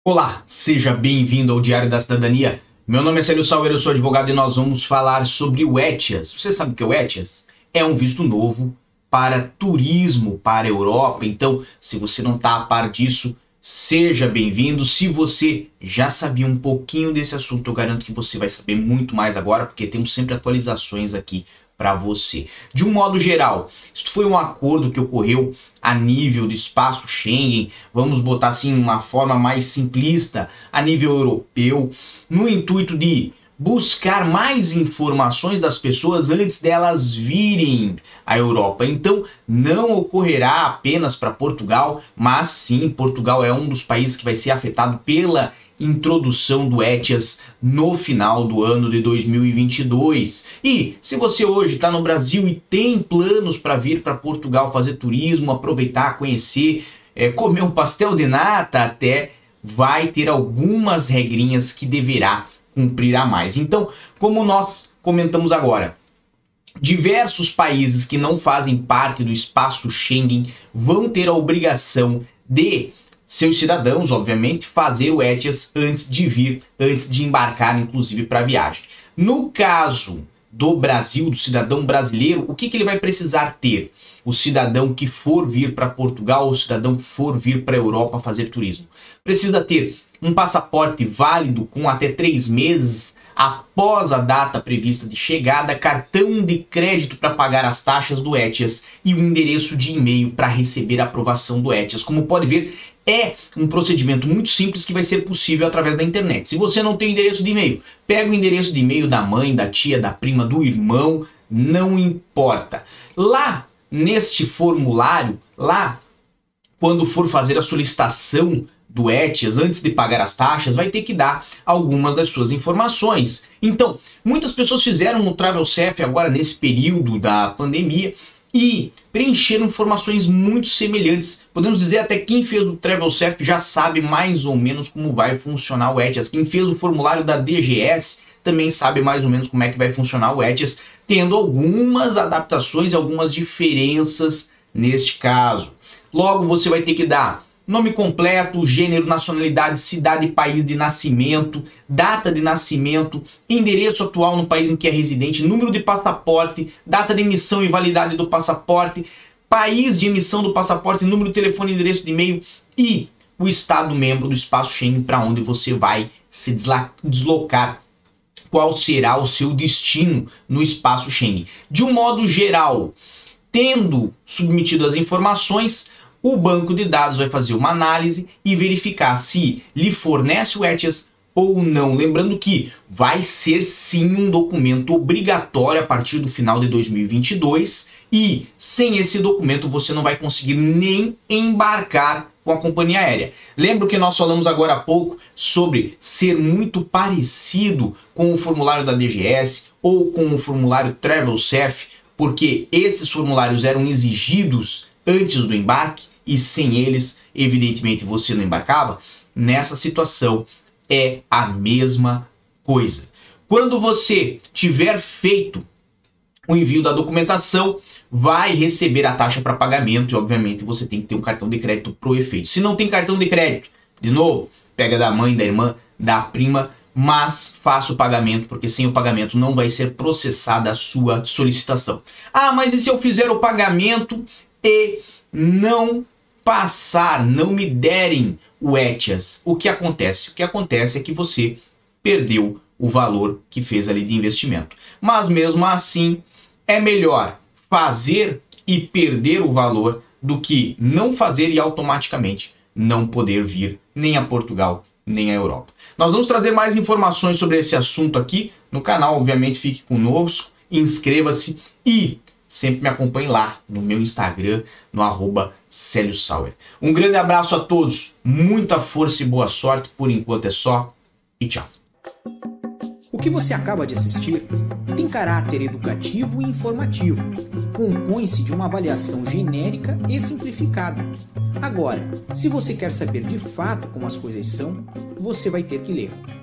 Olá, seja bem-vindo ao Diário da Cidadania. Meu nome é Célio Sauer, eu sou advogado e nós vamos falar sobre o ETIAS. Você sabe o que é o ETIAS? É um visto novo para turismo para a Europa. Então, se você não está a par disso, seja bem-vindo. Se você já sabia um pouquinho desse assunto, eu garanto que você vai saber muito mais agora, porque temos sempre atualizações aqui para você. De um modo geral, isso foi um acordo que ocorreu a nível do espaço Schengen, vamos botar assim uma forma mais simplista, a nível europeu, no intuito de buscar mais informações das pessoas antes delas virem à Europa. Então, não ocorrerá apenas para Portugal, mas sim, Portugal é um dos países que vai ser afetado pela introdução do ETIAS no final do ano de 2022. E se você hoje está no Brasil e tem planos para vir para Portugal fazer turismo, aproveitar, conhecer, comer um pastel de nata até, vai ter algumas regrinhas que deverá cumprir a mais. Então, como nós comentamos agora, diversos países que não fazem parte do espaço Schengen vão ter a obrigação de seus cidadãos, obviamente, fazer o ETIAS antes de embarcar, inclusive, para a viagem. No caso do Brasil, do cidadão brasileiro, o que ele vai precisar ter? O cidadão que for vir para Portugal, o cidadão que for vir para a Europa fazer turismo. Precisa ter um passaporte válido com até 3 meses após a data prevista de chegada, cartão de crédito para pagar as taxas do ETIAS e o endereço de e-mail para receber a aprovação do ETIAS. Como pode ver, é um procedimento muito simples que vai ser possível através da internet. Se você não tem endereço de e-mail, pega o endereço de e-mail da mãe, da tia, da prima, do irmão, não importa. Lá neste formulário, quando for fazer a solicitação do ETIAS, antes de pagar as taxas, vai ter que dar algumas das suas informações. Então, muitas pessoas fizeram no TravelCef agora nesse período da pandemia e preencheram informações muito semelhantes. Podemos dizer até que quem fez o TravelCef já sabe mais ou menos como vai funcionar o ETIAS. Quem fez o formulário da DGS também sabe mais ou menos como é que vai funcionar o ETIAS, tendo algumas adaptações e algumas diferenças neste caso. Logo, você vai ter que dar nome completo, gênero, nacionalidade, cidade e país de nascimento, data de nascimento, endereço atual no país em que é residente, número de passaporte, data de emissão e validade do passaporte, país de emissão do passaporte, número de telefone, endereço de e-mail e o estado membro do espaço Schengen para onde você vai se deslocar. Qual será o seu destino no espaço Schengen? De um modo geral, tendo submetido as informações, o banco de dados vai fazer uma análise e verificar se lhe fornece o ETIAS ou não. Lembrando que vai ser sim um documento obrigatório a partir do final de 2022 e sem esse documento você não vai conseguir nem embarcar com a companhia aérea. Lembra que nós falamos agora há pouco sobre ser muito parecido com o formulário da DGS ou com o formulário TravelCef, porque esses formulários eram exigidos antes do embarque e sem eles, evidentemente, você não embarcava? Nessa situação é a mesma coisa. Quando você tiver feito o envio da documentação, vai receber a taxa para pagamento e, obviamente, você tem que ter um cartão de crédito pro efeito. Se não tem cartão de crédito, de novo, pega da mãe, da irmã, da prima, mas faça o pagamento, porque sem o pagamento não vai ser processada a sua solicitação. Ah, mas e se eu fizer o pagamento e não passar, não me derem o ETIAS? O que acontece? O que acontece é que você perdeu o valor que fez ali de investimento. Mas mesmo assim, é melhor fazer e perder o valor do que não fazer e automaticamente não poder vir nem a Portugal, nem a Europa. Nós vamos trazer mais informações sobre esse assunto aqui no canal. Obviamente, fique conosco, inscreva-se e sempre me acompanhe lá no meu Instagram, no @CélioSauer. Um grande abraço a todos, muita força e boa sorte. Por enquanto é só e tchau. O que você acaba de assistir tem caráter educativo e informativo. Compõe-se de uma avaliação genérica e simplificada. Agora, se você quer saber de fato como as coisas são, você vai ter que ler.